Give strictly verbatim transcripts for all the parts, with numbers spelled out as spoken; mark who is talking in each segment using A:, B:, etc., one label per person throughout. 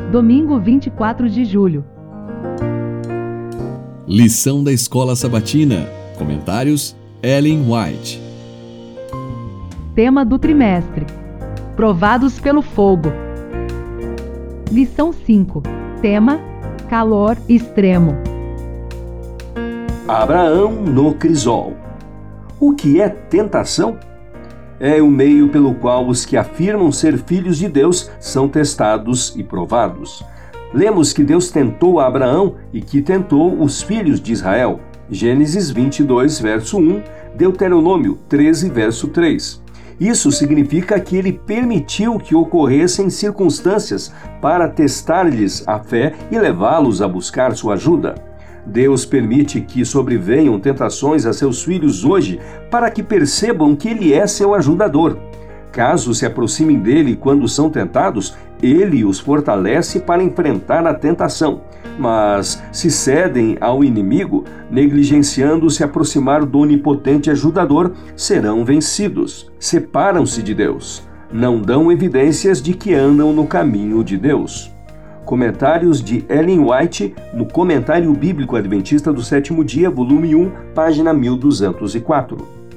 A: domingo vinte e quatro de julho.
B: Lição da Escola Sabatina. Comentários: Ellen White.
A: Tema do trimestre: Provados pelo fogo. Lição cinco. Tema: calor extremo.
C: Abraão no crisol. O que é tentação? É o meio pelo qual os que afirmam ser filhos de Deus são testados e provados. Lemos que Deus tentou a Abraão e que tentou os filhos de Israel. Gênesis vinte e dois, verso um, Deuteronômio treze, verso três. Isso significa que ele permitiu que ocorressem circunstâncias para testar-lhes a fé e levá-los a buscar sua ajuda. Deus permite que sobrevenham tentações a seus filhos hoje para que percebam que Ele é seu ajudador. Caso se aproximem dele quando são tentados, Ele os fortalece para enfrentar a tentação. Mas, se cedem ao inimigo, negligenciando se aproximar do onipotente ajudador, serão vencidos. Separam-se de Deus. Não dão evidências de que andam no caminho de Deus. Comentários de Ellen White no Comentário Bíblico Adventista do Sétimo Dia, volume um, página mil duzentos e quatro.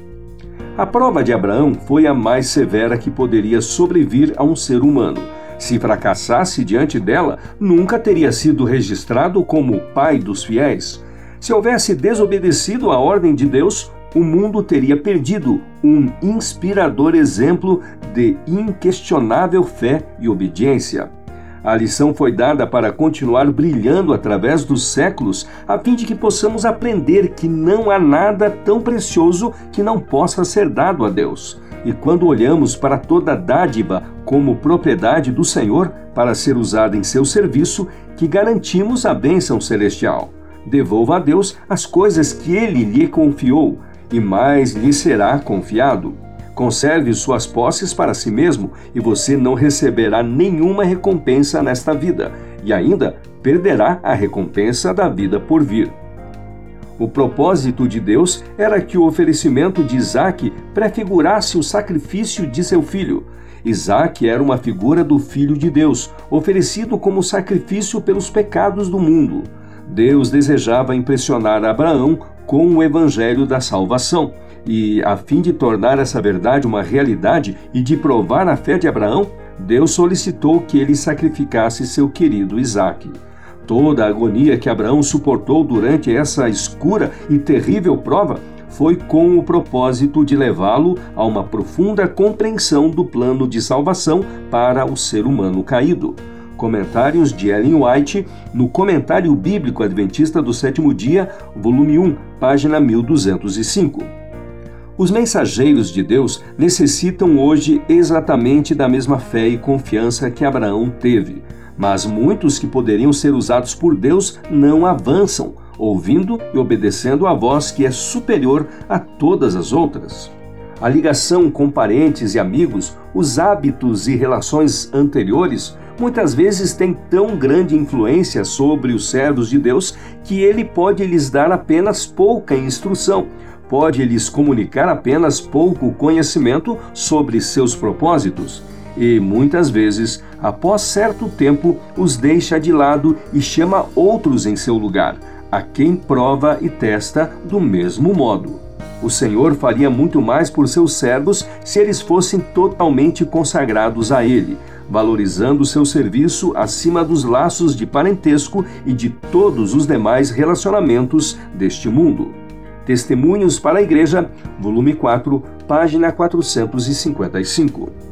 C: A prova de Abraão foi a mais severa que poderia sobrevir a um ser humano. Se fracassasse diante dela, nunca teria sido registrado como pai dos fiéis. Se houvesse desobedecido à ordem de Deus, o mundo teria perdido um inspirador exemplo de inquestionável fé e obediência. A lição foi dada para continuar brilhando através dos séculos, a fim de que possamos aprender que não há nada tão precioso que não possa ser dado a Deus. E quando olhamos para toda dádiva como propriedade do Senhor para ser usada em seu serviço, que garantimos a bênção celestial. Devolva a Deus as coisas que Ele lhe confiou, e mais lhe será confiado. Conserve suas posses para si mesmo e você não receberá nenhuma recompensa nesta vida, e ainda perderá a recompensa da vida por vir. O propósito de Deus era que o oferecimento de Isaque prefigurasse o sacrifício de seu filho. Isaque era uma figura do Filho de Deus, oferecido como sacrifício pelos pecados do mundo. Deus desejava impressionar Abraão com o evangelho da salvação. E, a fim de tornar essa verdade uma realidade e de provar a fé de Abraão, Deus solicitou que ele sacrificasse seu querido Isaque. Toda a agonia que Abraão suportou durante essa escura e terrível prova foi com o propósito de levá-lo a uma profunda compreensão do plano de salvação para o ser humano caído. Comentários de Ellen White no Comentário Bíblico Adventista do Sétimo Dia, volume um, página mil duzentos e cinco. Os mensageiros de Deus necessitam hoje exatamente da mesma fé e confiança que Abraão teve, mas muitos que poderiam ser usados por Deus não avançam, ouvindo e obedecendo a voz que é superior a todas as outras. A ligação com parentes e amigos, os hábitos e relações anteriores, muitas vezes têm tão grande influência sobre os servos de Deus que ele pode lhes dar apenas pouca instrução, pode lhes comunicar apenas pouco conhecimento sobre seus propósitos e, muitas vezes, após certo tempo, os deixa de lado e chama outros em seu lugar, a quem prova e testa do mesmo modo. O Senhor faria muito mais por seus servos se eles fossem totalmente consagrados a Ele, valorizando seu serviço acima dos laços de parentesco e de todos os demais relacionamentos deste mundo. Testemunhos para a Igreja, volume quatro, página quatrocentos e cinquenta e cinco.